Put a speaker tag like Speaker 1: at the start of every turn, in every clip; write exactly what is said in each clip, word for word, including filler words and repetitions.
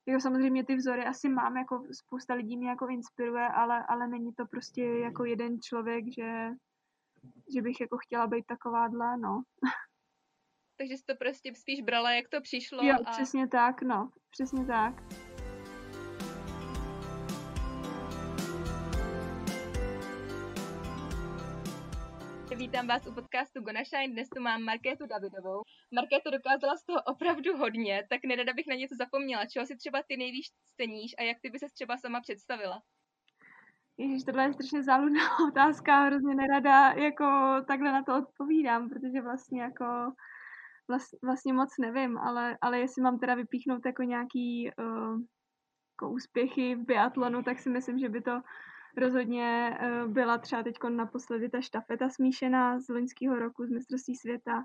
Speaker 1: jako samozřejmě ty vzory asi mám, jako spousta lidí mě jako inspiruje, ale, ale není to prostě jako jeden člověk, že, že bych jako chtěla být takováhle, no.
Speaker 2: Takže jsi to prostě spíš brala, jak to přišlo.
Speaker 1: Jo,
Speaker 2: a...
Speaker 1: přesně tak, no, přesně tak.
Speaker 2: Vítám vás u podcastu Gonna Shine, dnes tu mám Markétu Davidovou. Markéto dokázala z toho opravdu hodně, tak nerada bych na něco zapomněla. Čeho si třeba ty nejvíc ceníš a jak ty by ses třeba sama představila?
Speaker 1: Ježiš, tohle je strašně záludná otázka, hrozně nerada jako takhle na to odpovídám, protože vlastně jako vlast, vlastně moc nevím, ale, ale jestli mám teda vypíchnout jako nějaký uh, jako úspěchy v biatlonu, tak si myslím, že by to rozhodně uh, byla třeba teď naposledy ta štafeta smíšená z loňského roku z mistrovství světa.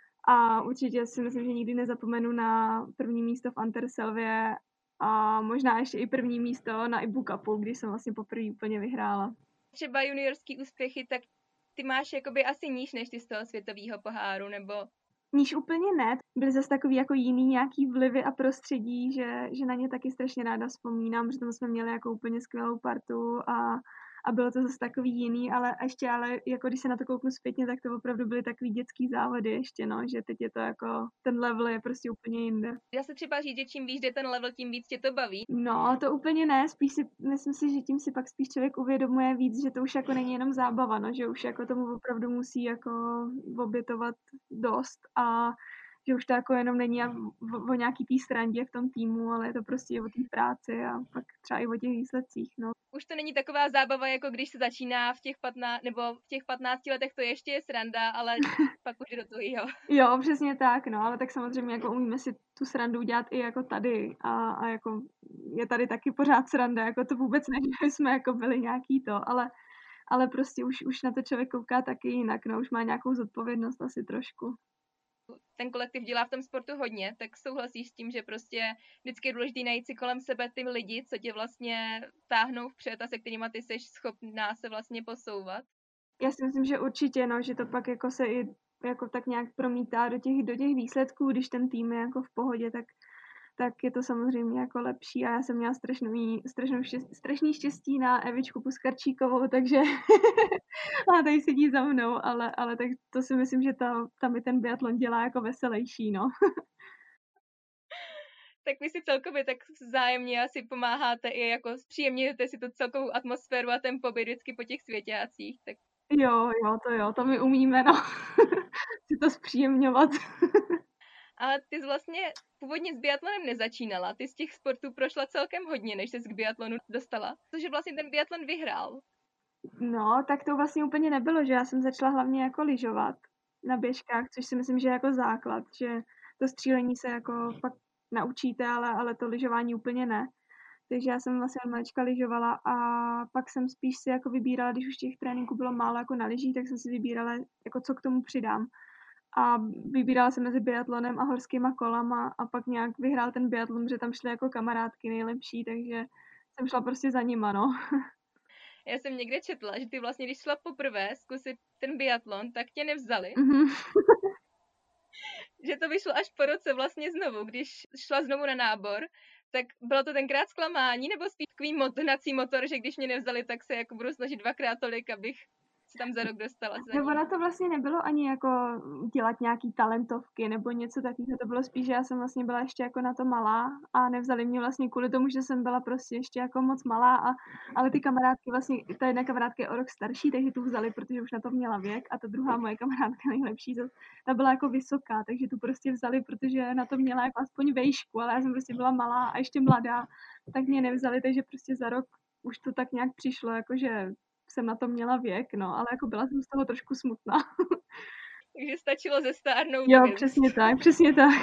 Speaker 1: A určitě si myslím, že nikdy nezapomenu na první místo v Anterselvě a možná ještě i první místo na Ibu Cupu, když jsem vlastně poprvé úplně vyhrála.
Speaker 2: Třeba juniorský úspěchy, tak ty máš jakoby asi níž než ty z toho světového poháru, nebo...
Speaker 1: Níž úplně ne. Byly zase takový jako jiný nějaký vlivy a prostředí, že, že na ně taky strašně ráda vzpomínám, že tam jsme měli jako úplně skvělou partu a, a bylo to zase takový jiný, ale ještě ale jako když se na to kouknu zpětně, tak to opravdu byly takový dětský závody ještě, no, že teď je to jako, ten level je prostě úplně jinde.
Speaker 2: Dá se třeba říct, že čím víš, jde ten level, tím víc tě to baví?
Speaker 1: No, to úplně ne, spíš si, myslím si, že tím si pak spíš člověk uvědomuje víc, že to už jako není jenom zábava, no, že už jako tomu opravdu musí jako obětovat dost a že už to jako jenom není o, o nějaký té srandě v tom týmu, ale je to prostě o té práci a pak třeba i o těch výsledcích, no.
Speaker 2: Už to není taková zábava, jako když se začíná v těch patnácti, nebo v těch patnácti letech to ještě je sranda, ale pak už do toho, jo.
Speaker 1: Jo, přesně tak, no, ale tak samozřejmě jako umíme si tu srandu udělat i jako tady a, a jako je tady taky pořád sranda, jako to vůbec ne, že jsme jako byli nějaký to, ale, ale prostě už, už na to člověk kouká taky jinak, no, už má nějakou zodpovědnost asi trošku.
Speaker 2: Ten kolektiv dělá v tom sportu hodně, tak souhlasíš s tím, že prostě vždycky je důležité najít si kolem sebe ty lidi, co tě vlastně táhnou vpřed a se kterýma ty jsi schopná se vlastně posouvat?
Speaker 1: Já si myslím, že určitě, no, že to pak jako se i jako tak nějak promítá do těch, do těch výsledků, když ten tým je jako v pohodě, tak, tak je to samozřejmě jako lepší a já jsem měla strašný, strašnou štěstí, strašný štěstí na Evičku Puskarčíkovou, takže a tady sedí za mnou, ale, ale tak to si myslím, že ta, tam i ten biatlon dělá jako veselější, no.
Speaker 2: Tak vy si celkově tak vzájemně asi pomáháte i jako zpříjemňujete si tu celkovou atmosféru a ten pobyt vždycky po těch svěťácích, tak...
Speaker 1: Jo, jo, to jo, to my umíme, no, si to zpříjemňovat.
Speaker 2: Ale ty jsi vlastně původně s biatlonem nezačínala, ty z těch sportů prošla celkem hodně, než ses k biatlonu dostala, protože vlastně ten biatlon vyhrál.
Speaker 1: No, tak to vlastně úplně nebylo, že já jsem začala hlavně jako lyžovat na běžkách, což si myslím, že je jako základ, že to střílení se jako pak naučíte, ale, ale to lyžování úplně ne. Takže já jsem vlastně od malička lyžovala a pak jsem spíš si jako vybírala, když už těch tréninků bylo málo jako na lyžích, tak jsem si vybírala, jako co k tomu přidám. A vybírala jsem mezi biatlonem a horskýma kolama a pak nějak vyhrál ten biatlon, že tam šly jako kamarádky nejlepší, takže jsem šla prostě za nima, no.
Speaker 2: Já jsem někde četla, že ty vlastně, když šla poprvé zkusit ten biatlon, tak tě nevzali.
Speaker 1: Mm-hmm.
Speaker 2: Že to vyšlo až po roce vlastně znovu, když šla znovu na nábor, tak bylo to tenkrát zklamání, nebo spíš takový hnací motor, že když mě nevzali, tak se jako budu snažit dvakrát tolik, abych se tam za rok dostala.
Speaker 1: No ono to vlastně nebylo ani jako dělat nějaký talentovky nebo něco takového, to bylo spíš, že já jsem vlastně byla ještě jako na to malá a nevzali mě vlastně kvůli tomu, že jsem byla prostě ještě jako moc malá, a, ale ty kamarádky vlastně, ta jedna kamarádka je o rok starší, takže tu vzali, protože už na to měla věk, a ta druhá moje kamarádka nejlepší, to, ta byla jako vysoká, takže tu prostě vzali, protože na to měla jako aspoň vejšku, ale já jsem prostě byla malá a ještě mladá, tak mě nevzali, takže prostě za rok už to tak nějak přišlo, jakože jsem na to měla věk, no, ale jako byla jsem z toho trošku smutná.
Speaker 2: Takže stačilo zestárnout.
Speaker 1: Jo, přesně tak, přesně tak.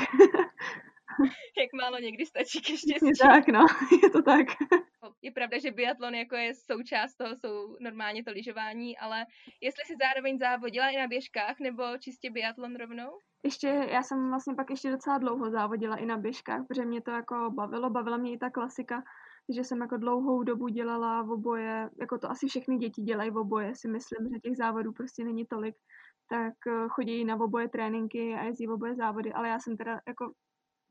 Speaker 2: Jak málo někdy stačí ke štěstí.
Speaker 1: Přesně tak, no, je to tak.
Speaker 2: Je pravda, že biatlon jako je součást toho, jsou normálně to lyžování, ale jestli si zároveň závodila i na běžkách, nebo čistě biatlon rovnou?
Speaker 1: Ještě, já jsem vlastně pak ještě docela dlouho závodila i na běžkách, protože mě to jako bavilo, bavila mě i ta klasika, že jsem jako dlouhou dobu dělala v oboje, jako to asi všechny děti dělají v oboje, si myslím, že těch závodů prostě není tolik, tak chodí na oboje tréninky a jezdí v oboje závody, ale já jsem teda jako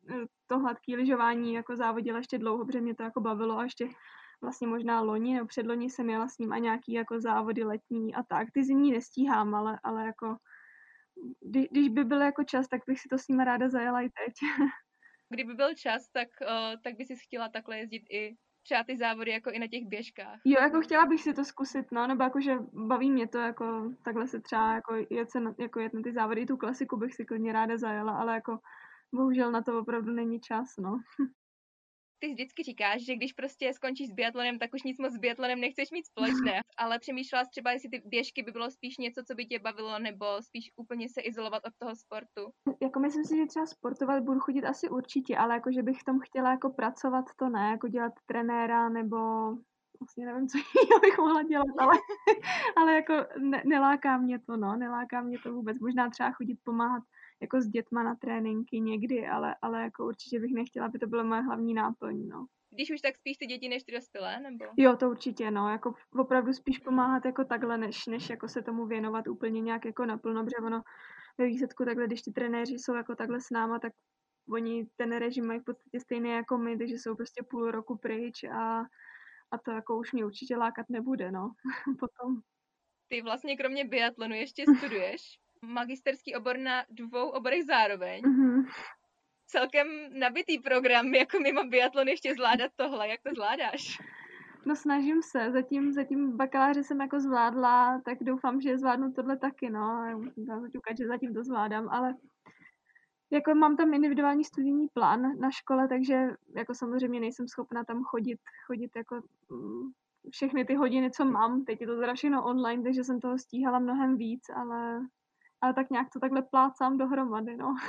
Speaker 1: to hladký lyžování jako závodila ještě dlouho, protože mě to jako bavilo a ještě vlastně možná loni nebo předloni jsem jela s ním a nějaký jako závody letní a tak. Ty zimní nestíhám, ale, ale jako kdy, když by byl jako čas, tak bych si to s ním ráda zajela i teď.
Speaker 2: Kdyby byl čas, tak, uh, tak by si chtěla takhle jezdit i třeba ty závody jako i na těch běžkách.
Speaker 1: Jo, jako chtěla bych si to zkusit, no, nebo jakože baví mě to, jako takhle se třeba jako jet, se na, jako jet na ty závody, tu klasiku bych si klidně ráda zajela, ale jako bohužel na to opravdu není čas, no.
Speaker 2: Ty vždycky říkáš, že když prostě skončíš s biatlonem, tak už nic moc s biatlonem nechceš mít společné, ale přemýšlela jsi třeba, jestli ty běžky by bylo spíš něco, co by tě bavilo, nebo spíš úplně se izolovat od toho sportu?
Speaker 1: Jako myslím si, že třeba sportovat budu chodit asi určitě, ale jako, že bych v tom chtěla jako pracovat, to ne, jako dělat trenéra, nebo vlastně nevím, co jiného bych mohla dělat, ale, ale jako ne, neláká mě to, no, neláká mě to vůbec. Možná třeba chodit pomáhat jako s dětma na tréninky někdy, ale, ale jako určitě bych nechtěla, aby to bylo moje hlavní náplň, no.
Speaker 2: Když už tak spíš ty děti než ty dospělé, nebo?
Speaker 1: Jo, to určitě, no, jako opravdu spíš pomáhat jako takhle, než, než jako se tomu věnovat úplně nějak jako naplno, protože ono ve výsledku takhle, když ty trenéři jsou jako takhle s náma, tak oni ten režim mají v podstatě stejný jako my, takže jsou prostě půl roku pryč a, a to jako už mě určitě lákat nebude, no, potom.
Speaker 2: Ty vlastně kromě biatlonu ještě studuješ magisterský obor na dvou oborech zároveň.
Speaker 1: Mm-hmm.
Speaker 2: Celkem nabitý program, jako mimo biatlon ještě zvládat tohle. Jak to zvládáš?
Speaker 1: No snažím se, zatím, zatím bakaláře jsem jako zvládla, tak doufám, že zvládnu tohle taky, no. Já musím zaťukat, že zatím to zvládám, ale jako mám tam individuální studijní plán na škole, takže jako samozřejmě nejsem schopna tam chodit, chodit jako všechny ty hodiny, co mám. Teď je to teda všechno online, takže jsem toho stíhala mnohem víc, ale, ale tak nějak to takhle plácám dohromady, no.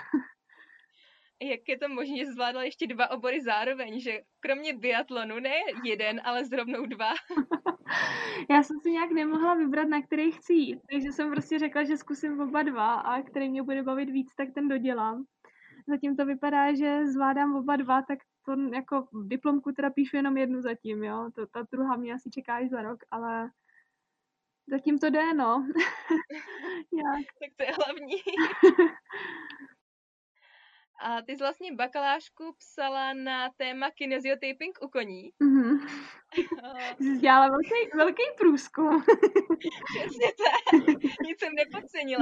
Speaker 2: Jak je to možné, že zvládla ještě dva obory zároveň, že kromě biatlonu ne jeden, ale zrovnou dva?
Speaker 1: Já jsem si nějak nemohla vybrat, na který chci jít, takže jsem prostě řekla, že zkusím oba dva a který mě bude bavit víc, tak ten dodělám. Zatím to vypadá, že zvládám oba dva, tak to jako diplomku teda píšu jenom jednu zatím, jo. To, ta druhá mě asi čeká až za rok, ale zatím to jde, no. Jak?
Speaker 2: Tak to je hlavní. A ty jsi vlastně bakalářku psala na téma kinesiotaping u koní.
Speaker 1: Mhm. Jsi dělala velký, velký průzkum.
Speaker 2: Přesně tak. Nic jsem nepodcenila.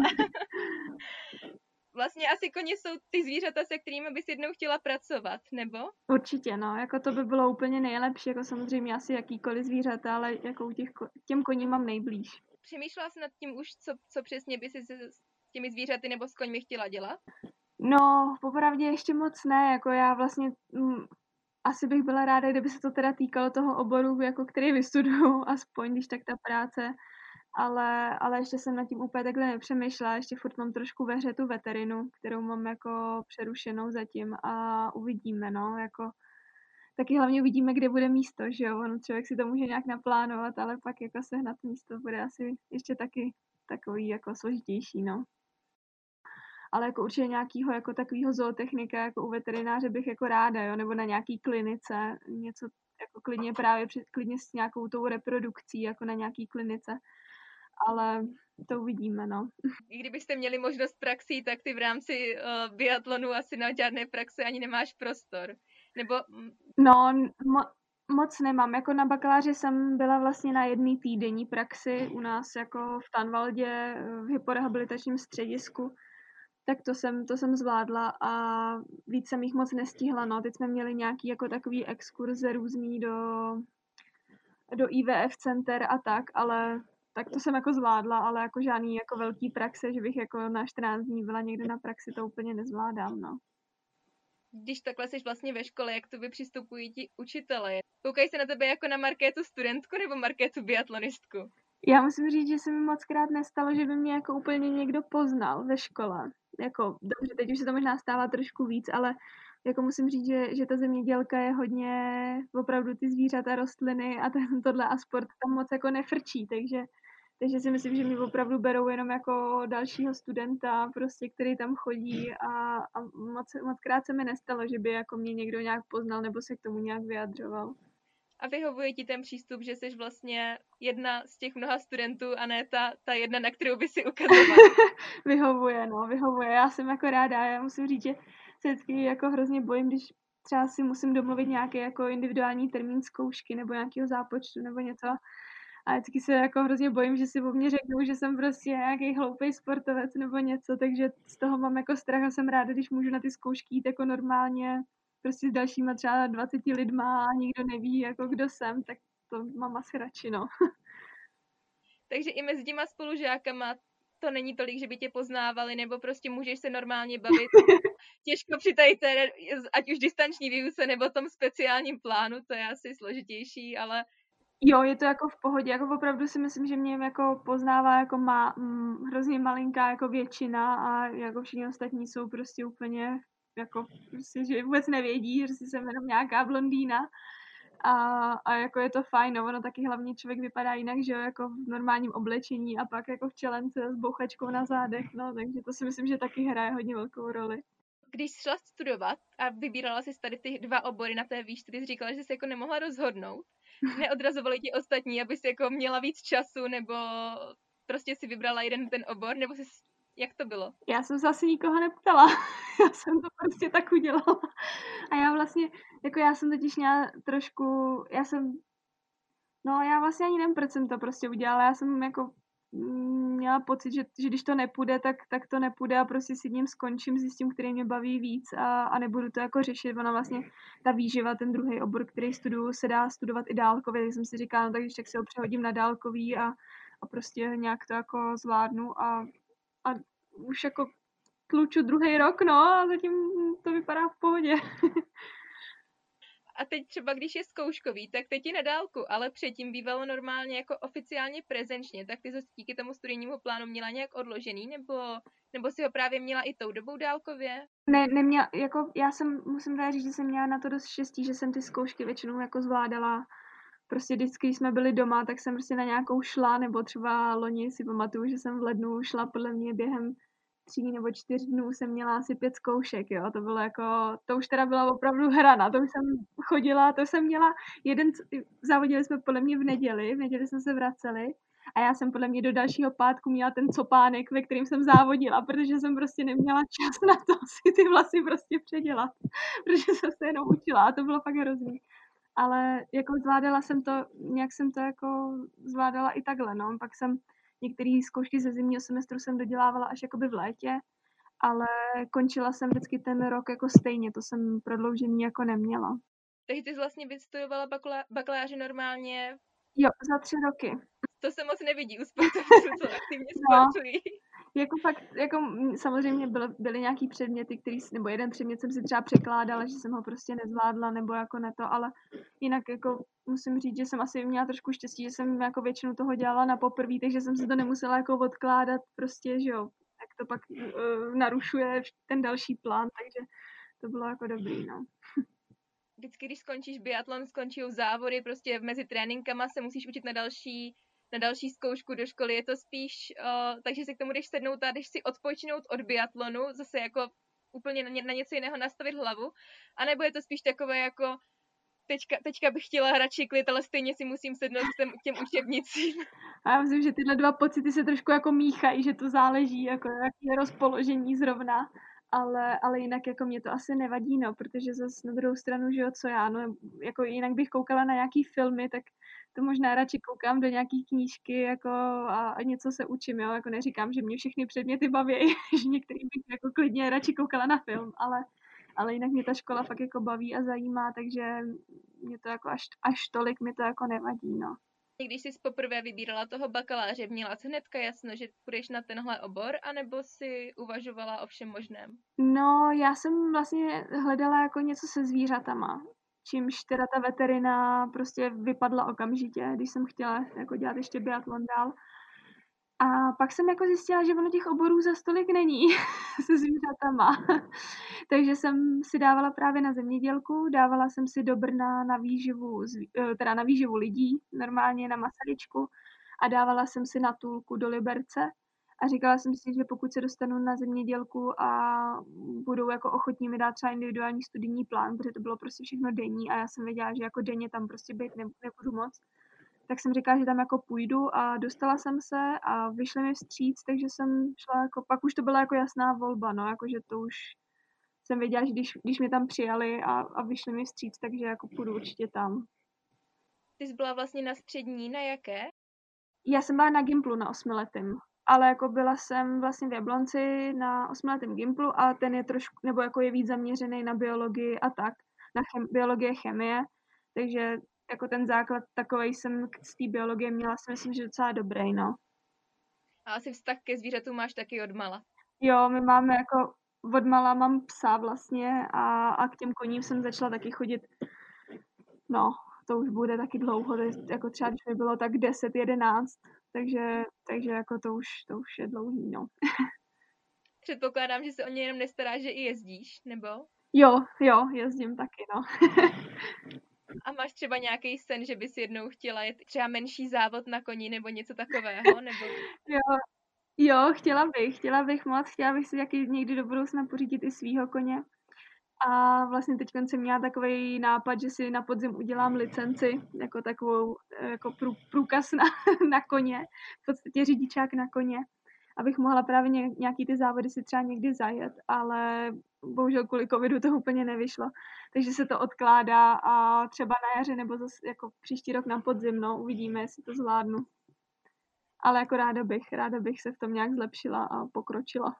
Speaker 2: Vlastně asi koně jsou ty zvířata, se kterými bys jednou chtěla pracovat, nebo?
Speaker 1: Určitě, no. Jako to by bylo úplně nejlepší, jako samozřejmě asi jakýkoliv zvířata, ale jako u těch, těm koním mám nejblíž.
Speaker 2: Přemýšlela jsi nad tím už, co, co přesně by si s těmi zvířaty nebo s koňmi chtěla dělat?
Speaker 1: No, popravdě ještě moc ne, jako já vlastně m, asi bych byla ráda, kdyby se to teda týkalo toho oboru, jako který vystuduju, aspoň, když tak ta práce, ale, ale ještě jsem nad tím úplně takhle nepřemýšlela, ještě furt mám trošku ve hře tu veterinu, kterou mám jako přerušenou zatím a uvidíme, no, jako taky hlavně uvidíme, kde bude místo, že jo, ono člověk si to může nějak naplánovat, ale pak jako sehnat místo bude asi ještě taky takový jako složitější, no. Ale jako určitě nějakýho jako takovýho zootechnika jako u veterináře bych jako ráda, jo, nebo na nějaký klinice, něco jako klidně právě před, klidně s nějakou tou reprodukcí, jako na nějaký klinice, ale to uvidíme, no.
Speaker 2: I kdybyste měli možnost praxí, tak ty v rámci uh, biatlonu asi na žádné praxi ani nemáš prostor, nebo...
Speaker 1: No, mo- moc nemám, jako na bakaláři jsem byla vlastně na jedný týdenní praxi u nás jako v Tanvaldě v hyporehabilitačním středisku, tak to jsem, to jsem zvládla a víc jsem jich moc nestihla, no. Teď jsme měli nějaký jako takový exkurze různý do, do I V F center a tak, ale tak to jsem jako zvládla, ale jako žádný jako velký praxe, že bych jako na čtrnáct dní byla někde na praxi, to úplně nezvládám, no.
Speaker 2: Když takhle jsi vlastně ve škole, jak to by přistupují ti učitelé? Koukají se na tebe jako na Markétu studentku nebo Markétu biatlonistku?
Speaker 1: Já musím říct, že se mi moc krát nestalo, že by mě jako úplně někdo poznal ve škole. Jako, dobře, teď už se to možná stává trošku víc, ale jako musím říct, že, že ta zemědělka je hodně opravdu ty zvířata, rostliny a ten, tohle a sport tam moc jako nefrčí, takže, takže si myslím, že mě opravdu berou jenom jako dalšího studenta, prostě, který tam chodí a, a moc, moc krát se mi nestalo, že by jako mě někdo nějak poznal nebo se k tomu nějak vyjadřoval.
Speaker 2: A vyhovuje ti ten přístup, že jsi vlastně jedna z těch mnoha studentů a ne ta, ta jedna, na kterou by si ukazovala?
Speaker 1: Vyhovuje, no, vyhovuje. Já jsem jako ráda. Já musím říct, že se vždycky jako hrozně bojím, když třeba si musím domluvit nějaký jako individuální termín zkoušky nebo nějakého zápočtu nebo něco. A vždycky se jako hrozně bojím, že si o mě řeknou, že jsem prostě nějaký hloupý sportovec nebo něco, takže z toho mám jako strach a jsem ráda, když můžu na ty zkoušky jít jako normálně prostě s dalšíma třeba dvaceti lidma a nikdo neví, jako kdo jsem, tak to mám asi radši, no.
Speaker 2: Takže i mezi těma spolužákama to není tolik, že by tě poznávali, nebo prostě můžeš se normálně bavit. Těžko při tady té, ať už distanční výuce, nebo tom speciálním plánu, to je asi složitější, ale...
Speaker 1: Jo, je to jako v pohodě, jako opravdu si myslím, že mě jako poznává jako má, hm, hrozně malinká jako většina a jako všichni ostatní jsou prostě úplně jako prostě, že vůbec nevědí, že si jsem jenom nějaká blondýna. A, a jako je to fajn, no, ono taky hlavně člověk vypadá jinak, že jo, jako v normálním oblečení a pak jako v čelence s bouchačkou na zádech, no, takže to si myslím, že taky hraje hodně velkou roli.
Speaker 2: Když jsi šla studovat a vybírala jsi tady ty dva obory na té výšce, ty jsi říkala, že jsi jako nemohla rozhodnout, neodrazovali ti ostatní, aby jsi jako měla víc času, nebo prostě si vybrala jeden ten obor, nebo jsi, jak to bylo?
Speaker 1: Já jsem se asi nikoho neptala, já jsem to prostě tak udělala. A já vlastně, jako já jsem totiž měla trošku, já jsem, no já vlastně ani nevím, proč jsem to prostě udělala, já jsem jako měla pocit, že, že když to nepůjde, tak, tak to nepůjde a prostě si ním skončím, zjistím, který mě baví víc a, a nebudu to jako řešit. Ona vlastně, ta výživa, ten druhý obor, který studuju, se dá studovat i dálkově, tak jsem si říkala, no tak když tak si ho přehodím na dálkový a, a prostě nějak to jako zvládnu a, a už jako tluču druhý rok, no a zatím to vypadá v pohodě.
Speaker 2: A teď třeba, když je zkouškový, tak teď je na dálku, ale předtím bývalo normálně jako oficiálně prezenčně, tak ty jsi díky tomu studijnímu plánu měla nějak odložený, nebo, nebo si ho právě měla i tou dobou dálkově?
Speaker 1: Ne, neměla, jako já jsem, musím teda říct, že jsem měla na to dost štěstí, že jsem ty zkoušky většinou jako zvládala. Prostě vždycky, když jsme byli doma, tak jsem prostě na nějakou šla, nebo třeba loni si pamatuju, že jsem v lednu šla podle mě během tří nebo čtyř dnů jsem měla asi pět zkoušek, jo, to bylo jako, to už teda byla opravdu hrana, to už jsem chodila, to jsem měla jeden, závodili jsme podle mě v neděli, v neděli jsme se vraceli a já jsem podle mě do dalšího pátku měla ten copánek, ve kterým jsem závodila, protože jsem prostě neměla čas na to si ty vlasy prostě předělat, protože jsem se jenom učila a to bylo fakt hrozný. Ale jako zvládala jsem to, nějak jsem to jako zvládala i takhle, no. Pak jsem některé zkoušky ze zimního semestru jsem dodělávala až jakoby v létě, ale končila jsem vždycky ten rok jako stejně, to jsem prodloužení jako neměla.
Speaker 2: Takže ty jsi vlastně vystudovala bakula- bakaláře normálně?
Speaker 1: Jo, za tři roky.
Speaker 2: To se moc nevidí u sportovců, co aktivně sportují.
Speaker 1: No, jako fakt, jako samozřejmě byly, byly nějaký předměty, který, nebo jeden předmět jsem si třeba překládala, že jsem ho prostě nezvládla, nebo jako ne to, ale jinak jako musím říct, že jsem asi měla trošku štěstí, že jsem jako většinu toho dělala na poprví, takže jsem si to nemusela jako odkládat prostě, že jo, tak to pak uh, narušuje ten další plán, takže to bylo jako dobrý, no.
Speaker 2: Vždycky, když skončíš biatlon, skončí závody, prostě mezi tréninkama se musíš učit na další na další zkoušku do školy, je to spíš, uh, takže si k tomu jdeš sednout a jdeš si odpočinout od biatlonu, zase jako úplně na, ně, na něco jiného nastavit hlavu, anebo je to spíš takové jako teďka, teďka bych chtěla hrát šiklit, ale stejně si musím sednout k těm, těm učebnicím.
Speaker 1: A já myslím, že tyhle dva pocity se trošku jako míchají, že to záleží, jako jaký je rozpoložení zrovna. Ale, ale jinak jako mě to asi nevadí, no, protože zase na druhou stranu, že jo, co já, no, jako jinak bych koukala na nějaký filmy, tak to možná radši koukám do nějaký knížky, jako a, a něco se učím, jo, jako neříkám, že mě všechny předměty baví, že některý bych jako klidně radši koukala na film, ale, ale jinak mě ta škola fakt jako baví a zajímá, takže mě to jako až, až tolik mi to jako nevadí, no.
Speaker 2: Když jsi poprvé vybírala toho bakaláře, měla jsi hnedka jasno, že půjdeš na tenhle obor, anebo si uvažovala o všem možném?
Speaker 1: No, já jsem vlastně hledala jako něco se zvířatama, čímž teda ta veterina prostě vypadla okamžitě, když jsem chtěla jako dělat ještě biatlon dál. A pak jsem jako zjistila, že ono těch oborů za stolik není se zvířatama. Takže jsem si dávala právě na zemědělku, dávala jsem si do Brna na výživu, teda na výživu lidí, normálně na Masaryčku, a dávala jsem si na Tulku do Liberce. A říkala jsem si, že pokud se dostanu na zemědělku a budou jako ochotní mi dát třeba individuální studijní plán, protože to bylo prostě všechno denní a já jsem věděla, že jako denně tam prostě být nebudu moc, tak jsem říkala, že tam jako půjdu a dostala jsem se a vyšli mi vstříc, takže jsem šla jako, pak už to byla jako jasná volba, no, jakože to už jsem věděla, že když, když mě tam přijali a, a vyšli mi vstříc, takže jako půjdu určitě tam.
Speaker 2: Ty jsi byla vlastně na střední, na jaké?
Speaker 1: Já jsem byla na Gimplu na osmiletém, ale jako byla jsem vlastně v Jablonci na osmiletém Gimplu a ten je trošku, nebo jako je víc zaměřený na biologii a tak, na chem, biologie, chemie, takže jako ten základ takovej jsem z té biologie měla, si myslím, že docela dobrý, no.
Speaker 2: A asi vztah ke zvířatům máš taky odmala.
Speaker 1: Jo, my máme jako, odmala mám psa vlastně a, a k těm koním jsem začala taky chodit, no, to už bude taky dlouho, to je, jako třeba když mi bylo tak deset, jedenáct, takže, takže jako to už, to už je dlouhý, no.
Speaker 2: Předpokládám, že se o ně jenom nestaráš, že i jezdíš, nebo?
Speaker 1: Jo, jo, jezdím taky, no.
Speaker 2: A máš třeba nějaký sen, že bys jednou chtěla jet třeba menší závod na koni nebo něco takového, nebo?
Speaker 1: Jo, jo, chtěla bych, chtěla bych moc, chtěla bych si taky někdy do budoucna pořídit i svýho koně. A vlastně teď jsem měla takový nápad, že si na podzim udělám licenci, jako takovou jako prů, průkaz na, na koně, v podstatě řidičák na koně, abych mohla právě ně, nějaký ty závody si třeba někdy zajet, ale bohužel kvůli covidu to úplně nevyšlo, takže se to odkládá a třeba na jaře nebo zase jako příští rok na podzim, no, uvidíme, jestli to zvládnu. Ale jako ráda bych, ráda bych se v tom nějak zlepšila a pokročila.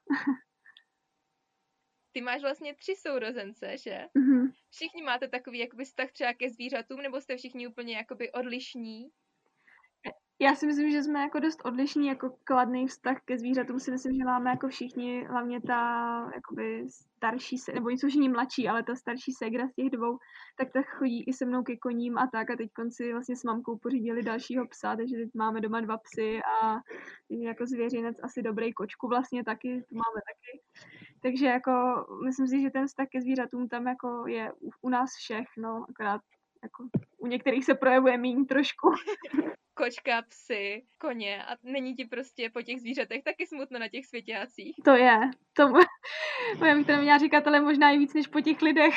Speaker 2: Ty máš vlastně tři sourozence, že?
Speaker 1: Mm-hmm.
Speaker 2: Všichni máte takový jakoby vztah třeba ke zvířatům, nebo jste všichni úplně jakoby odlišní?
Speaker 1: Já si myslím, že jsme jako dost odlišní, jako kladný vztah ke zvířatům si myslím, že máme jako všichni, hlavně ta jakoby starší, se, nebo jsou všichni mladší, ale ta starší ségra z těch dvou, tak tak chodí i se mnou ke koním a tak a teď konci vlastně s mamkou pořídili dalšího psa, takže teď máme doma dva psy a jako zvěřinec asi dobrý, kočku vlastně taky, tu máme taky. Takže jako myslím si, že ten vztah ke zvířatům tam jako je u, u nás všech, no, akorát jako u některých se projevuje míň trošku.
Speaker 2: Kočka, psy, koně a není ti prostě po těch zvířatech taky smutno na těch svěťácích?
Speaker 1: To je. To moje to měla říkat, ale možná i víc než po těch lidech.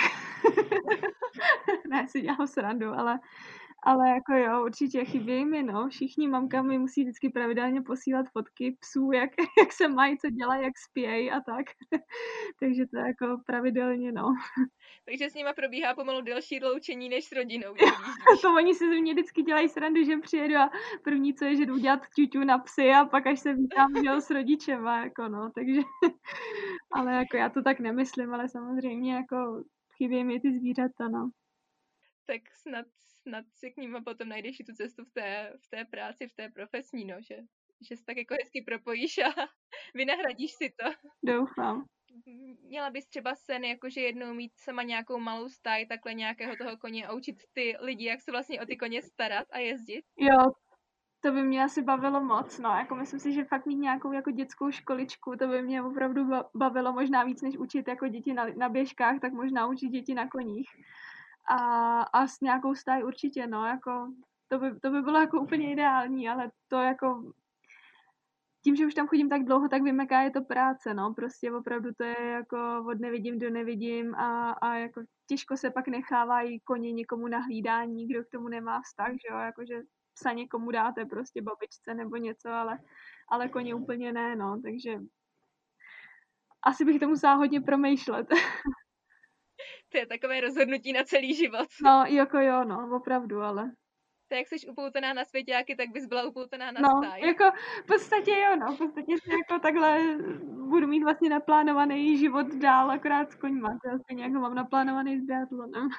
Speaker 1: Ne, si dělám srandu, ale, ale jako jo, určitě chybějí mi, no. Všichni mamka mi musí vždycky pravidelně posílat fotky psů, jak, jak se mají, co dělají, jak spějí a tak. Takže to je jako pravidelně, no.
Speaker 2: Takže s nima probíhá pomalu delší loučení než s rodinou.
Speaker 1: To oni si ze mě vždycky dělají srandu, že přijedu a první, co je, že jdu dělat ťuťu na psy a pak až se vítám, že s rodičema, jako no, takže, ale jako já to tak nemyslím, ale samozřejmě jako chybí mi ty zvířata, no.
Speaker 2: Tak snad, snad si k nima potom najdeš i tu cestu v té, v té práci, v té profesní, no, že, že se tak jako hezky propojíš a vynahradíš si to.
Speaker 1: Doufám.
Speaker 2: Měla bys třeba sen, jakože jednou mít sama nějakou malou stáj, takhle nějakého toho koně a učit ty lidi, jak se vlastně o ty koně starat a jezdit?
Speaker 1: Jo, to by mě asi bavilo moc, no, jako myslím si, že fakt mít nějakou jako dětskou školičku, to by mě opravdu bavilo možná víc, než učit jako děti na, na běžkách, tak možná učit děti na koních. A, a s nějakou stáj určitě, no, jako to by, to by bylo jako úplně ideální, ale to jako tím, že už tam chodím tak dlouho, tak vím, jaká je to práce, no, prostě opravdu to je jako od nevidím do nevidím a, a jako těžko se pak nechávají koně někomu na hlídání, kdo k tomu nemá vztah, že jo, jakože psa někomu dáte prostě babičce nebo něco, ale, ale koně úplně ne, no, takže asi bych to musela hodně promýšlet.
Speaker 2: To je takové rozhodnutí na celý život.
Speaker 1: No, jako jo, no, opravdu, ale...
Speaker 2: Tak jak jsi upoutaná na svěťáky, tak bys byla upoutaná na
Speaker 1: no,
Speaker 2: stáj.
Speaker 1: jako v podstatě jo, no, v podstatě si jako takhle budu mít vlastně naplánovaný život dál, akorát s koňma, to je stejně jako mám naplánovaný s biatlonem.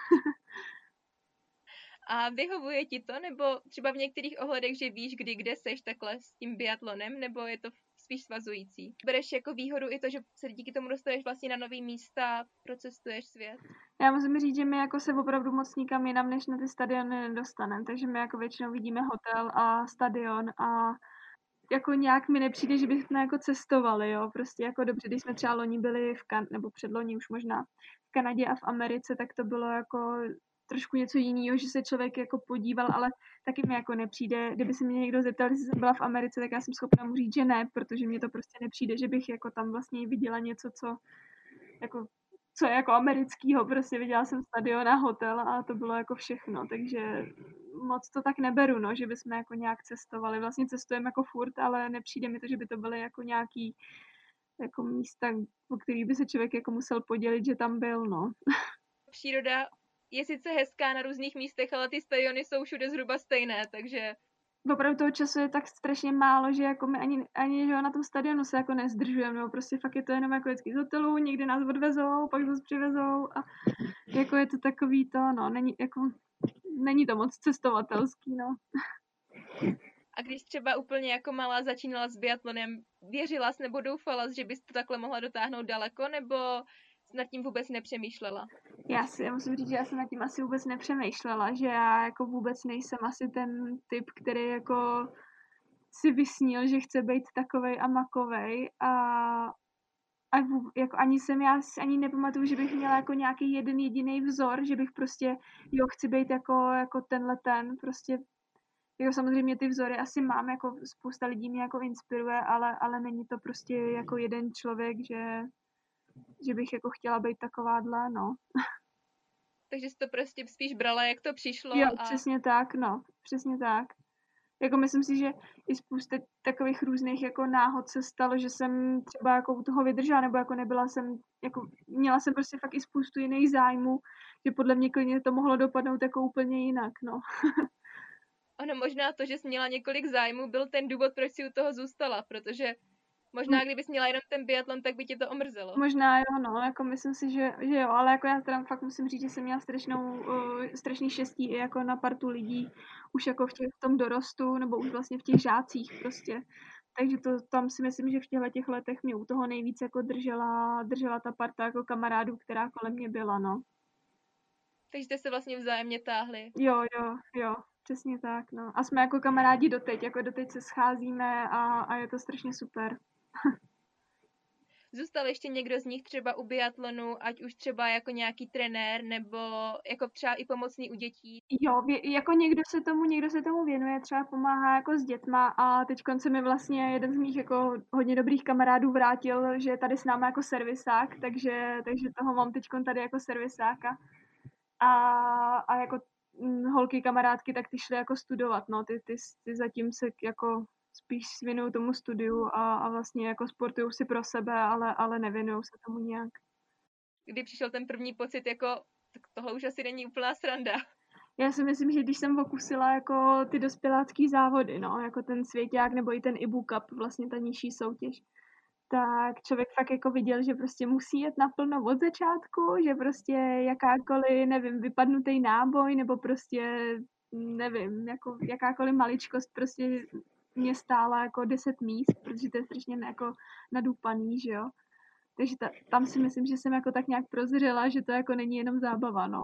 Speaker 2: A vyhovuje ti to, nebo třeba v některých ohledech, že víš, kdy, kde seš takhle s tím biatlonem, nebo je to spíš svazující? Bereš jako výhodu i to, že se díky tomu dostaneš vlastně na nový místa, procestuješ svět?
Speaker 1: Já musím říct, že my jako se opravdu moc nikam jinam, než na ty stadiony nedostaneme, takže my jako většinou vidíme hotel a stadion a jako nějak mi nepřijde, že bychom jako cestovali, jo, prostě jako dobře, když jsme třeba loni byli v Kan- nebo předloni už možná v Kanadě a v Americe, tak to bylo jako trošku něco jiného, že se člověk jako podíval, ale taky mi jako nepřijde, kdyby se mě někdo zeptal, jestli jsem byla v Americe, tak já jsem schopná mu říct, že ne, protože mně to prostě nepřijde, že bych jako tam vlastně viděla něco, co jako co je jako americkýho, prostě viděla jsem stadion a hotel a to bylo jako všechno, takže moc to tak neberu, no, že bychom jako nějak cestovali. Vlastně cestujeme jako furt, ale nepřijde mi to, že by to byly jako nějaký jako místa, o který by se člověk jako musel podělit, že tam byl, no.
Speaker 2: Příroda je sice hezká na různých místech, ale ty stadiony jsou všude zhruba stejné, takže...
Speaker 1: Opravdu toho času je tak strašně málo, že jako my ani, ani že jo, na tom stadionu se jako nezdržujeme, nebo prostě fakt je to jenom jako vždycky z hotelu, někdy nás odvezou, pak zase přivezou a jako je to takový to, no, není, jako, není to moc cestovatelský, no.
Speaker 2: A když třeba úplně jako malá začínala s biatlonem, věřila jsi nebo doufala jsi, že bys to takhle mohla dotáhnout daleko, nebo jsi nad tím vůbec nepřemýšlela?
Speaker 1: Já si já musím říct, že já jsem nad tím asi vůbec nepřemýšlela, že já jako vůbec nejsem asi ten typ, který jako si vysnil, že chce být takovej a makovej a, a vů, jako ani jsem, já si ani nepamatuju, že bych měla jako nějaký jeden jediný vzor, že bych prostě, jo, chci být jako, jako tenhle ten, prostě jako samozřejmě ty vzory asi mám, jako spousta lidí mě jako inspiruje, ale, ale není to prostě jako jeden člověk, že, že bych jako chtěla být takováhle, no.
Speaker 2: Takže jsi to prostě spíš brala, jak to přišlo.
Speaker 1: Jo,
Speaker 2: a...
Speaker 1: přesně tak, no, přesně tak. Jako myslím si, že i spousta takových různých jako náhod se stalo, že jsem třeba jako u toho vydržela, nebo jako nebyla jsem, jako měla jsem prostě fakt i spoustu jiných zájmů, že podle mě klidně to mohlo dopadnout jako úplně jinak, no.
Speaker 2: Ono možná to, že jsi měla několik zájmů, byl ten důvod, proč si u toho zůstala, protože možná kdybys měla jenom ten biatlon, tak by tě to omrzelo.
Speaker 1: Možná jo, no, jako myslím si, že, že jo, ale jako já teda fakt musím říct, že jsem měla strašnou, uh, strašný štěstí i jako na partu lidí, už jako v, těch, v tom dorostu, nebo už vlastně v těch žácích prostě. Takže to, tam si myslím, že v těchto těch letech mě u toho nejvíc jako držela, držela ta parta jako kamarádů, která kolem mě byla, no.
Speaker 2: Takže jste se vlastně vzájemně táhli.
Speaker 1: Jo, jo, jo, přesně tak, no. A jsme jako kamarádi doteď, jako doteď se scházíme a, a je to strašně super.
Speaker 2: Zůstal ještě někdo z nich třeba u biatlonu, ať už třeba jako nějaký trenér, nebo jako třeba i pomocný u dětí?
Speaker 1: Jo, vě, jako někdo se tomu, někdo se tomu věnuje, třeba pomáhá jako s dětma a teď se mi vlastně jeden z mých jako hodně dobrých kamarádů vrátil, že je tady s náma jako servisák, takže, takže toho mám teď tady jako servisáka. A, a jako holky kamarádky, tak ty šly jako studovat, no, ty, ty, ty zatím se jako spíš věnují tomu studiu a, a vlastně jako sportují si pro sebe, ale, ale nevěnují se tomu nějak.
Speaker 2: Kdy přišel ten první pocit, jako tak tohle už asi není úplná sranda.
Speaker 1: Já si myslím, že když jsem okusila jako ty dospělácký závody, no, jako ten Svěťák nebo i ten Ibu Cup, vlastně ta nižší soutěž, tak člověk fakt jako viděl, že prostě musí jet naplno od začátku, že prostě jakákoliv, nevím, vypadnutý náboj nebo prostě, nevím, jako jakákoliv maličkost prostě mě stála jako deset míst, protože to je strašně jako nadupaný, že jo. Takže ta, tam si myslím, že jsem jako tak nějak prozřela, že to jako není jenom zábava, no.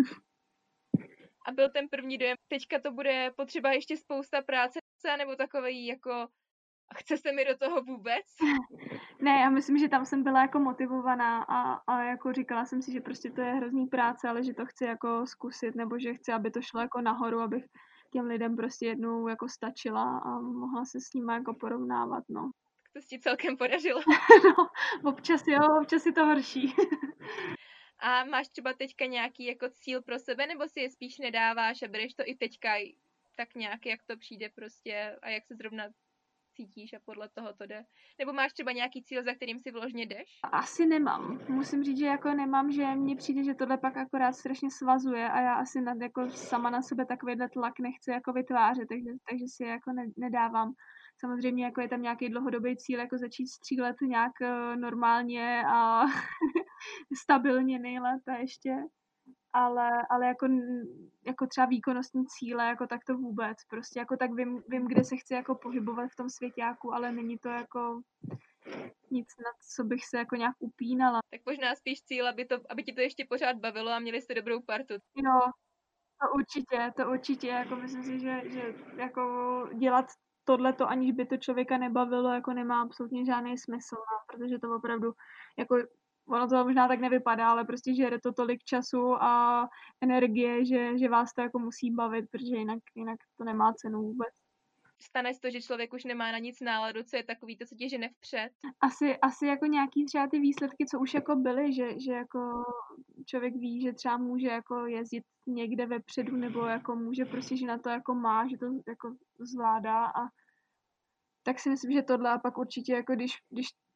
Speaker 2: A byl ten první dojem, teďka to bude potřeba ještě spousta práce, nebo takový jako chce se mi do toho vůbec?
Speaker 1: Ne, já myslím, že tam jsem byla jako motivovaná a, a jako říkala jsem si, že prostě to je hrozný práce, ale že to chci jako zkusit, nebo že chci, aby to šlo jako nahoru, abych těm lidem prostě jednou jako stačila a mohla se s nimi jako porovnávat, no.
Speaker 2: Tak to si celkem podařilo.
Speaker 1: No, občas jo, občas je to horší.
Speaker 2: A máš třeba teďka nějaký jako cíl pro sebe, nebo si je spíš nedáváš a bereš to i teďka tak nějak, jak to přijde prostě a jak se zrovna cítíš a podle toho to jde? Nebo máš třeba nějaký cíl, za kterým si vložně jdeš?
Speaker 1: Asi nemám. Musím říct, že jako nemám, že mně přijde, že tohle pak akorát strašně svazuje a já asi nad, jako sama na sebe takovýhle tlak nechci jako vytvářet, takže, takže si jako ne, nedávám. Samozřejmě jako je tam nějaký dlouhodobý cíl, jako začít střílet nějak uh, normálně a stabilně nejlépe ještě. Ale, ale jako, jako třeba výkonnostní cíle, jako tak to vůbec. Prostě jako tak vím, vím, kde se chci jako pohybovat v tom svěťáku, ale není to jako nic, na co bych se jako nějak upínala.
Speaker 2: Tak možná spíš cíl, aby, to, aby ti to ještě pořád bavilo a měli jste dobrou partu.
Speaker 1: Jo, to určitě, to určitě, jako myslím si, že, že jako dělat tohleto, aniž by to člověka nebavilo, jako nemá absolutně žádný smysl, no, protože to opravdu jako ono to možná tak nevypadá, ale prostě žere to tolik času a energie, že, že vás to jako musí bavit, protože jinak, jinak to nemá cenu vůbec.
Speaker 2: Stane se to, že člověk už nemá na nic náladu, co je takový to, co tě žene vpřed?
Speaker 1: Asi, asi jako nějaký třeba ty výsledky, co už jako byly, že, že jako člověk ví, že třeba může jako jezdit někde vepředu, nebo jako může prostě, že na to jako má, že to jako zvládá a tak si myslím, že tohle a pak určitě jako když, když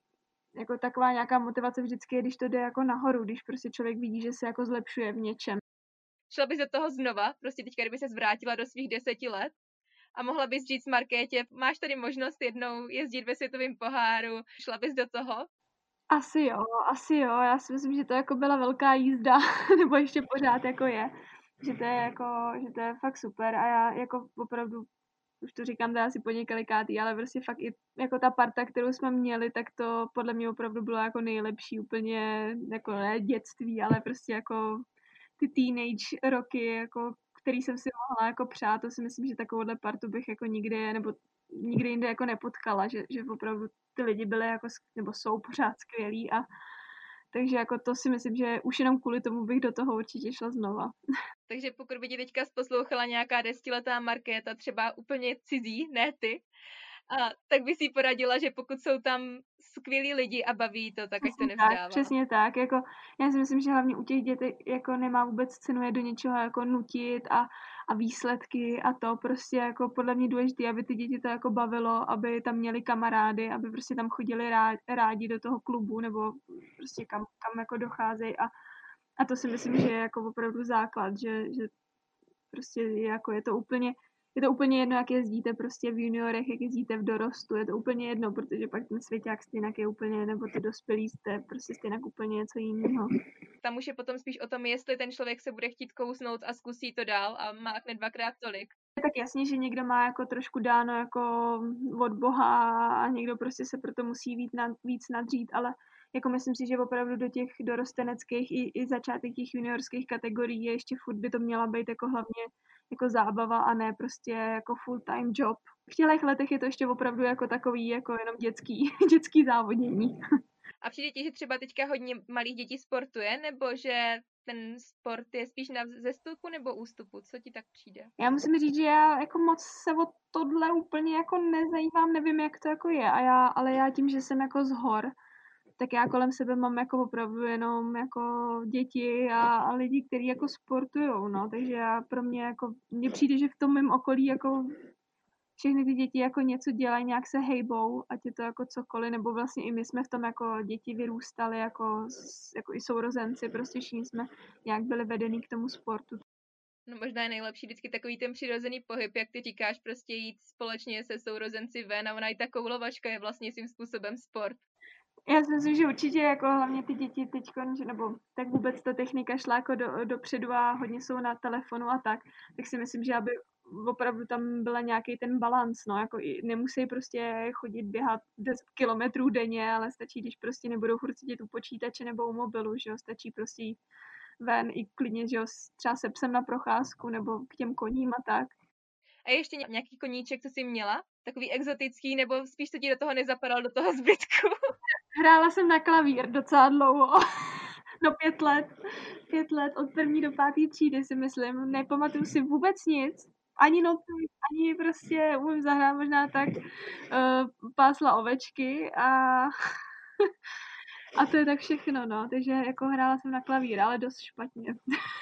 Speaker 1: jako taková nějaká motivace vždycky je, když to jde jako nahoru, když prostě člověk vidí, že se jako zlepšuje v něčem.
Speaker 2: Šla bys do toho znova, prostě teďka, kdyby se vrátila do svých deseti let a mohla bys říct Markétě, máš tady možnost jednou jezdit ve světovém poháru, šla bys do toho?
Speaker 1: Asi jo, asi jo, já si myslím, že to jako byla velká jízda, nebo ještě pořád jako je, že to je jako, že to je fakt super a já jako opravdu, už to říkám to asi po několikátý, ale prostě fakt i jako ta parta, kterou jsme měli, tak to podle mě opravdu bylo jako nejlepší úplně, jako ne dětství, ale prostě jako ty teenage roky, jako, který jsem si mohla jako přát, to si myslím, že takovouhle partu bych jako nikdy, nebo nikdy jinde jako nepotkala, že, že opravdu ty lidi byly jako, nebo jsou pořád skvělí a takže jako to si myslím, že už jenom kvůli tomu bych do toho určitě šla znova.
Speaker 2: Takže pokud by tě teďka poslouchala nějaká desetiletá Markéta, třeba úplně cizí, ne ty, a tak by si poradila, že pokud jsou tam skvělí lidi a baví to, tak ať to nevzdává.
Speaker 1: Tak, přesně tak, jako já si myslím, že hlavně u těch dětí jako nemá vůbec cenu je do něčeho jako nutit a, a výsledky a to prostě jako podle mě důležité, aby ty děti to jako bavilo, aby tam měli kamarády, aby prostě tam chodili rádi, rádi do toho klubu nebo prostě kam, kam jako docházejí a, a to si myslím, že je jako opravdu základ, že, že prostě jako je to úplně je to úplně jedno, jak jezdíte prostě v juniorech, jak jezdíte v dorostu, je to úplně jedno, protože pak ten svěťák stejnak je úplně, nebo ty dospělí jste prostě stejnak úplně něco jiného.
Speaker 2: Tam už je potom spíš o tom, jestli ten člověk se bude chtít kousnout a zkusí to dál a mákne dvakrát tolik.
Speaker 1: Je tak jasně, že někdo má jako trošku dáno jako od Boha a někdo prostě se proto musí víc, nad, víc nadřít, ale jako myslím si, že opravdu do těch dorosteneckých i, i začátek těch juniorských kategorií je ještě furt by to měla být jako hlavně jako zábava a ne prostě jako full time job. V těch letech je to ještě opravdu jako takový jako jenom dětský, dětský závodění.
Speaker 2: A přijde ti, že třeba teďka hodně malých dětí sportuje, nebo že ten sport je spíš na vzestupu nebo ústupu? Co ti tak přijde?
Speaker 1: Já musím říct, že já jako moc se o tohle úplně jako nezajímám, nevím, jak to jako je, a já, ale já tím, že jsem jako z hor, tak já kolem sebe mám jako opravdu jenom jako děti a, a lidi, kteří jako sportujou, no, takže já pro mě jako, mně přijde, že v tom mém okolí jako všechny ty děti jako něco dělají, nějak se hejbou, ať je to jako cokoliv, nebo vlastně i my jsme v tom jako děti vyrůstali, jako, jako i sourozenci, prostě všichni jsme nějak byli vedený k tomu sportu.
Speaker 2: No možná je nejlepší vždycky takový ten přirozený pohyb, jak ty říkáš, prostě jít společně se sourozenci ven a ona i ta koulovačka je vlastně svým způsobem sport.
Speaker 1: Já si myslím, že určitě jako hlavně ty děti teď, nebo tak vůbec ta technika šla jako do, dopředu a hodně jsou na telefonu a tak, tak si myslím, že aby opravdu tam byla nějaký ten balans, no, jako nemusí prostě chodit běhat deset kilometrů denně, ale stačí, když prostě nebudou furt sedět u počítače nebo u mobilu, že jo, stačí prostě jít ven i klidně, že jo, třeba se psem na procházku nebo k těm koním a tak.
Speaker 2: A ještě nějaký koníček, co jsi měla? Takový exotický, nebo spíš to ti do toho nezapadal, do toho zbytku?
Speaker 1: Hrála jsem na klavír docela dlouho. No pět let. Pět let od první do pátý třídy si myslím. Nepamatuju si vůbec nic. Ani noty, ani prostě umím zahrát možná tak uh, pásla ovečky a a to je tak všechno, no. Takže jako hrála jsem na klavír, ale dost špatně.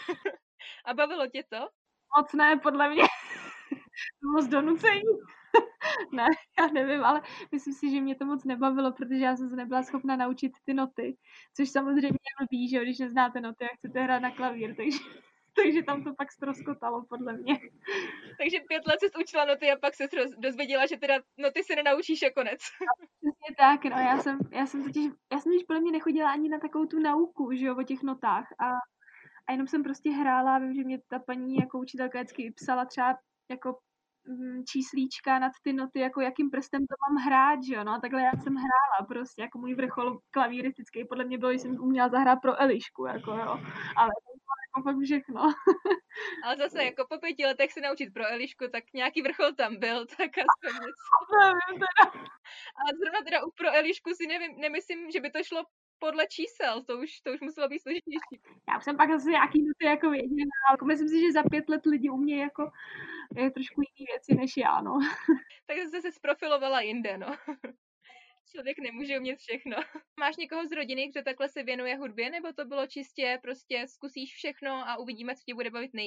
Speaker 2: A bavilo tě to?
Speaker 1: Moc ne, podle mě. Moc donucení. Ne, já nevím, ale myslím si, že mě to moc nebavilo, protože já jsem se nebyla schopna naučit ty noty, což samozřejmě ví, že když neznáte noty a chcete hrát na klavír, takže, takže tam to pak ztroskotalo, podle mě.
Speaker 2: Takže pět let jsi učila noty a pak se dozvěděla, že teda noty se nenaučíš a konec.
Speaker 1: Přesně tak, no, já jsem, já jsem totiž, já jsem totiž podle mě nechodila ani na takovou tu nauku, že jo, o těch notách a, a jenom jsem prostě hrála a vím, že mě ta paní jako učitelka vždycky psala třeba jako číslíčka nad ty noty, jako jakým prstem to mám hrát, že jo, no, takhle já jsem hrála prostě, jako můj vrchol klavíristický, podle mě bylo, že jsem uměla zahrát pro Elišku, jako jo, ale to bylo jako fakt všechno.
Speaker 2: Ale zase, jako po pěti letech se naučit pro Elišku, tak nějaký vrchol tam byl, tak aspoň něco.
Speaker 1: Nevím teda.
Speaker 2: Ale zrovna teda u pro Elišku si nevím, nemyslím, že by to šlo podle čísel, to už, to už muselo být složitější.
Speaker 1: Já už jsem pak zase nějaký noty jako věděla, ale myslím si, že za pět let lidi umějí jako je trošku jiný věci než já, no.
Speaker 2: Tak zase se zprofilovala jinde, no. Člověk nemůže umět všechno. Máš někoho z rodiny, kdo takhle se věnuje hudbě, nebo to bylo čistě prostě zkusíš všechno a uvidíme, co tě bude bavit nejvíc?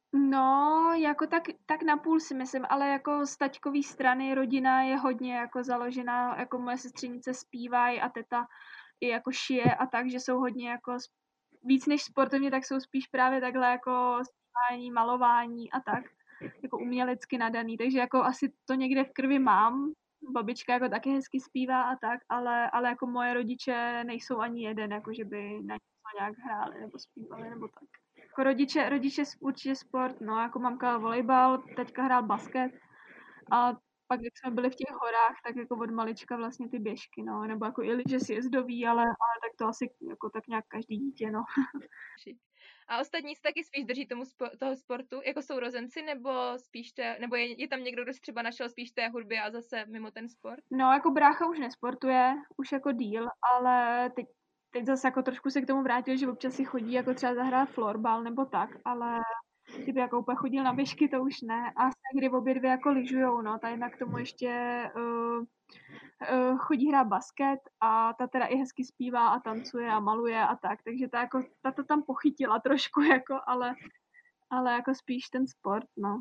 Speaker 1: No, jako tak, tak napůl si myslím, ale jako z taťkový strany rodina je hodně jako založená, jako moje sestřenice zpívají a teta i jako šije a tak, že jsou hodně jako víc než sportovně, tak jsou spíš právě takhle jako zpívání, malování a tak, jako umělecky nadaný, takže jako asi to někde v krvi mám. Babička jako taky hezky zpívá a tak, ale, ale jako moje rodiče nejsou ani jeden, jako že by na něco nějak hráli nebo zpívali nebo tak. Jako rodiče, rodiče určitě sport, no, jako mamka volejbal, teďka hrál basket a pak, jak jsme byli v těch horách, tak jako od malička vlastně ty běžky, no, nebo jako i lyže sjezdový, ale, ale tak to asi jako tak nějak každý dítě, no.
Speaker 2: A ostatní se taky spíš drží tomu spo- toho sportu, jako sourozenci, nebo spíš te, nebo je, je tam někdo, kdo si třeba našel spíš té hudby a zase mimo ten sport?
Speaker 1: No, jako brácha už nesportuje, už jako díl, ale teď, teď zase jako trošku se k tomu vrátil, že občas si chodí jako třeba zahrát florbal nebo tak, ale kdyby jako úplně chodil na běžky, to už ne. A kdy obě dvě jako lyžujou, no, ta jedna k tomu ještě uh, uh, chodí hrát basket a ta teda i hezky zpívá a tancuje a maluje a tak, takže ta jako, ta to tam pochytila trošku, jako, ale, ale jako spíš ten sport, no.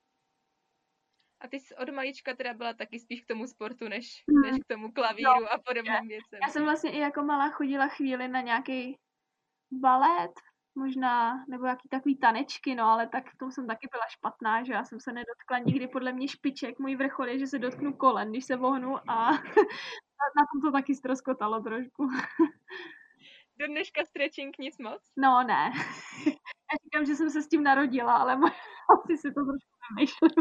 Speaker 2: A ty jsi od malička teda byla taky spíš k tomu sportu, než,
Speaker 1: Hmm.
Speaker 2: než k tomu klavíru
Speaker 1: No,
Speaker 2: a podobným věcem.
Speaker 1: Já jsem vlastně i jako malá chodila chvíli na nějaký balet, možná, nebo jaký takový tanečky, no, ale tak v tom jsem taky byla špatná, že já jsem se nedotkla nikdy podle mě špiček. Můj vrchol je, že se dotknu kolen, když se vohnu a na tom to taky ztroskotalo trošku.
Speaker 2: Do dneška stretching nic moc?
Speaker 1: No, ne. Já říkám, že jsem se s tím narodila, ale asi si to trošku vymýšlím.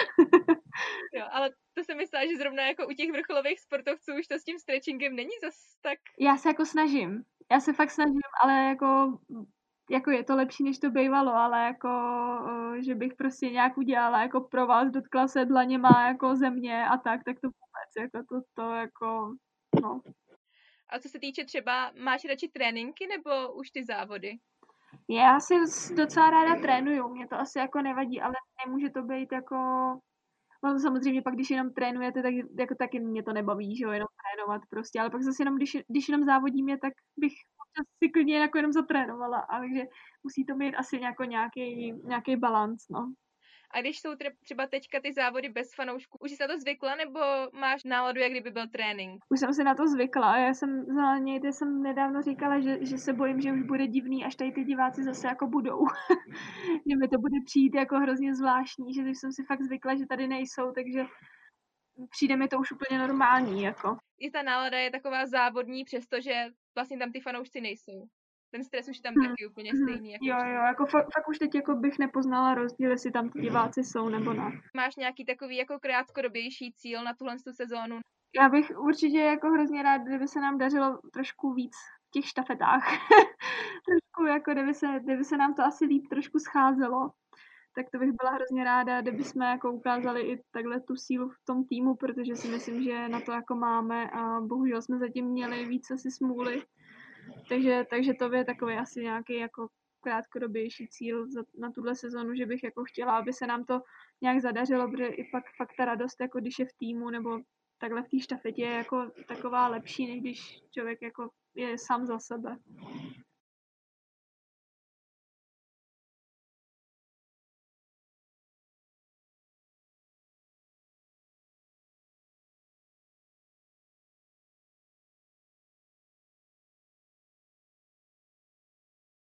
Speaker 2: Jo, ale to jsem myslela, že zrovna jako u těch vrcholových sportovců už to s tím stretchingem není zas tak...
Speaker 1: Já se jako snažím. Já se fakt snažím, ale jako, jako je to lepší, než to bývalo, ale jako, že bych prostě nějak udělala jako pro vás, dotkla se dlaněma jako země a tak, tak to vůbec, jako to, to jako, no.
Speaker 2: A co se týče třeba, máš radši tréninky nebo už ty závody?
Speaker 1: Já si docela ráda trénuju, mě to asi jako nevadí, ale nemůže to být jako, no samozřejmě pak, když jenom trénujete, tak jako taky mě to nebaví, že jo, jenom trénovat prostě, ale pak zase jenom, když, když jenom závodím, tak bych si klidně jako jenom zatrénovala, a takže musí to být asi jako nějaký, nějaký balanc, no.
Speaker 2: A když jsou třeba teďka ty závody bez fanoušků, už jsi na to zvykla, nebo máš náladu, jak kdyby byl trénink?
Speaker 1: Už jsem se na to zvykla. Já jsem za někde jsem nedávno říkala, že, že se bojím, že už bude divný, až tady ty diváci zase jako budou. Že mi to bude přijít jako hrozně zvláštní, že jsem si fakt zvykla, že tady nejsou, takže přijde mi to už úplně normální, jako.
Speaker 2: I ta nálada je taková závodní, přestože vlastně tam ty fanoušci nejsou. Ten stres už je tam hmm. taky úplně stejný. Jako
Speaker 1: jo, jo, jako fakt, fakt už teď jako bych nepoznala rozdíl, jestli tam ty diváci jsou nebo ne.
Speaker 2: Máš nějaký takový jako krátkodobější cíl na tuhle sezónu?
Speaker 1: Já bych určitě jako hrozně rád, kdyby se nám dařilo trošku víc v těch štafetách. trošku jako, kdyby se, kdyby se nám to asi líp trošku scházelo. Tak to bych byla hrozně ráda, kdyby jsme jako ukázali i takhle tu sílu v tom týmu, protože si myslím, že na to jako máme a bohužel jsme zatím měli víc asi smůly. Takže, takže to je takový asi nějaký jako krátkodobější cíl na tuhle sezonu, že bych jako chtěla, aby se nám to nějak zadařilo, protože i pak fakt ta radost, jako když je v týmu nebo takhle v té štafetě je jako taková lepší, než když člověk jako je sám za sebe.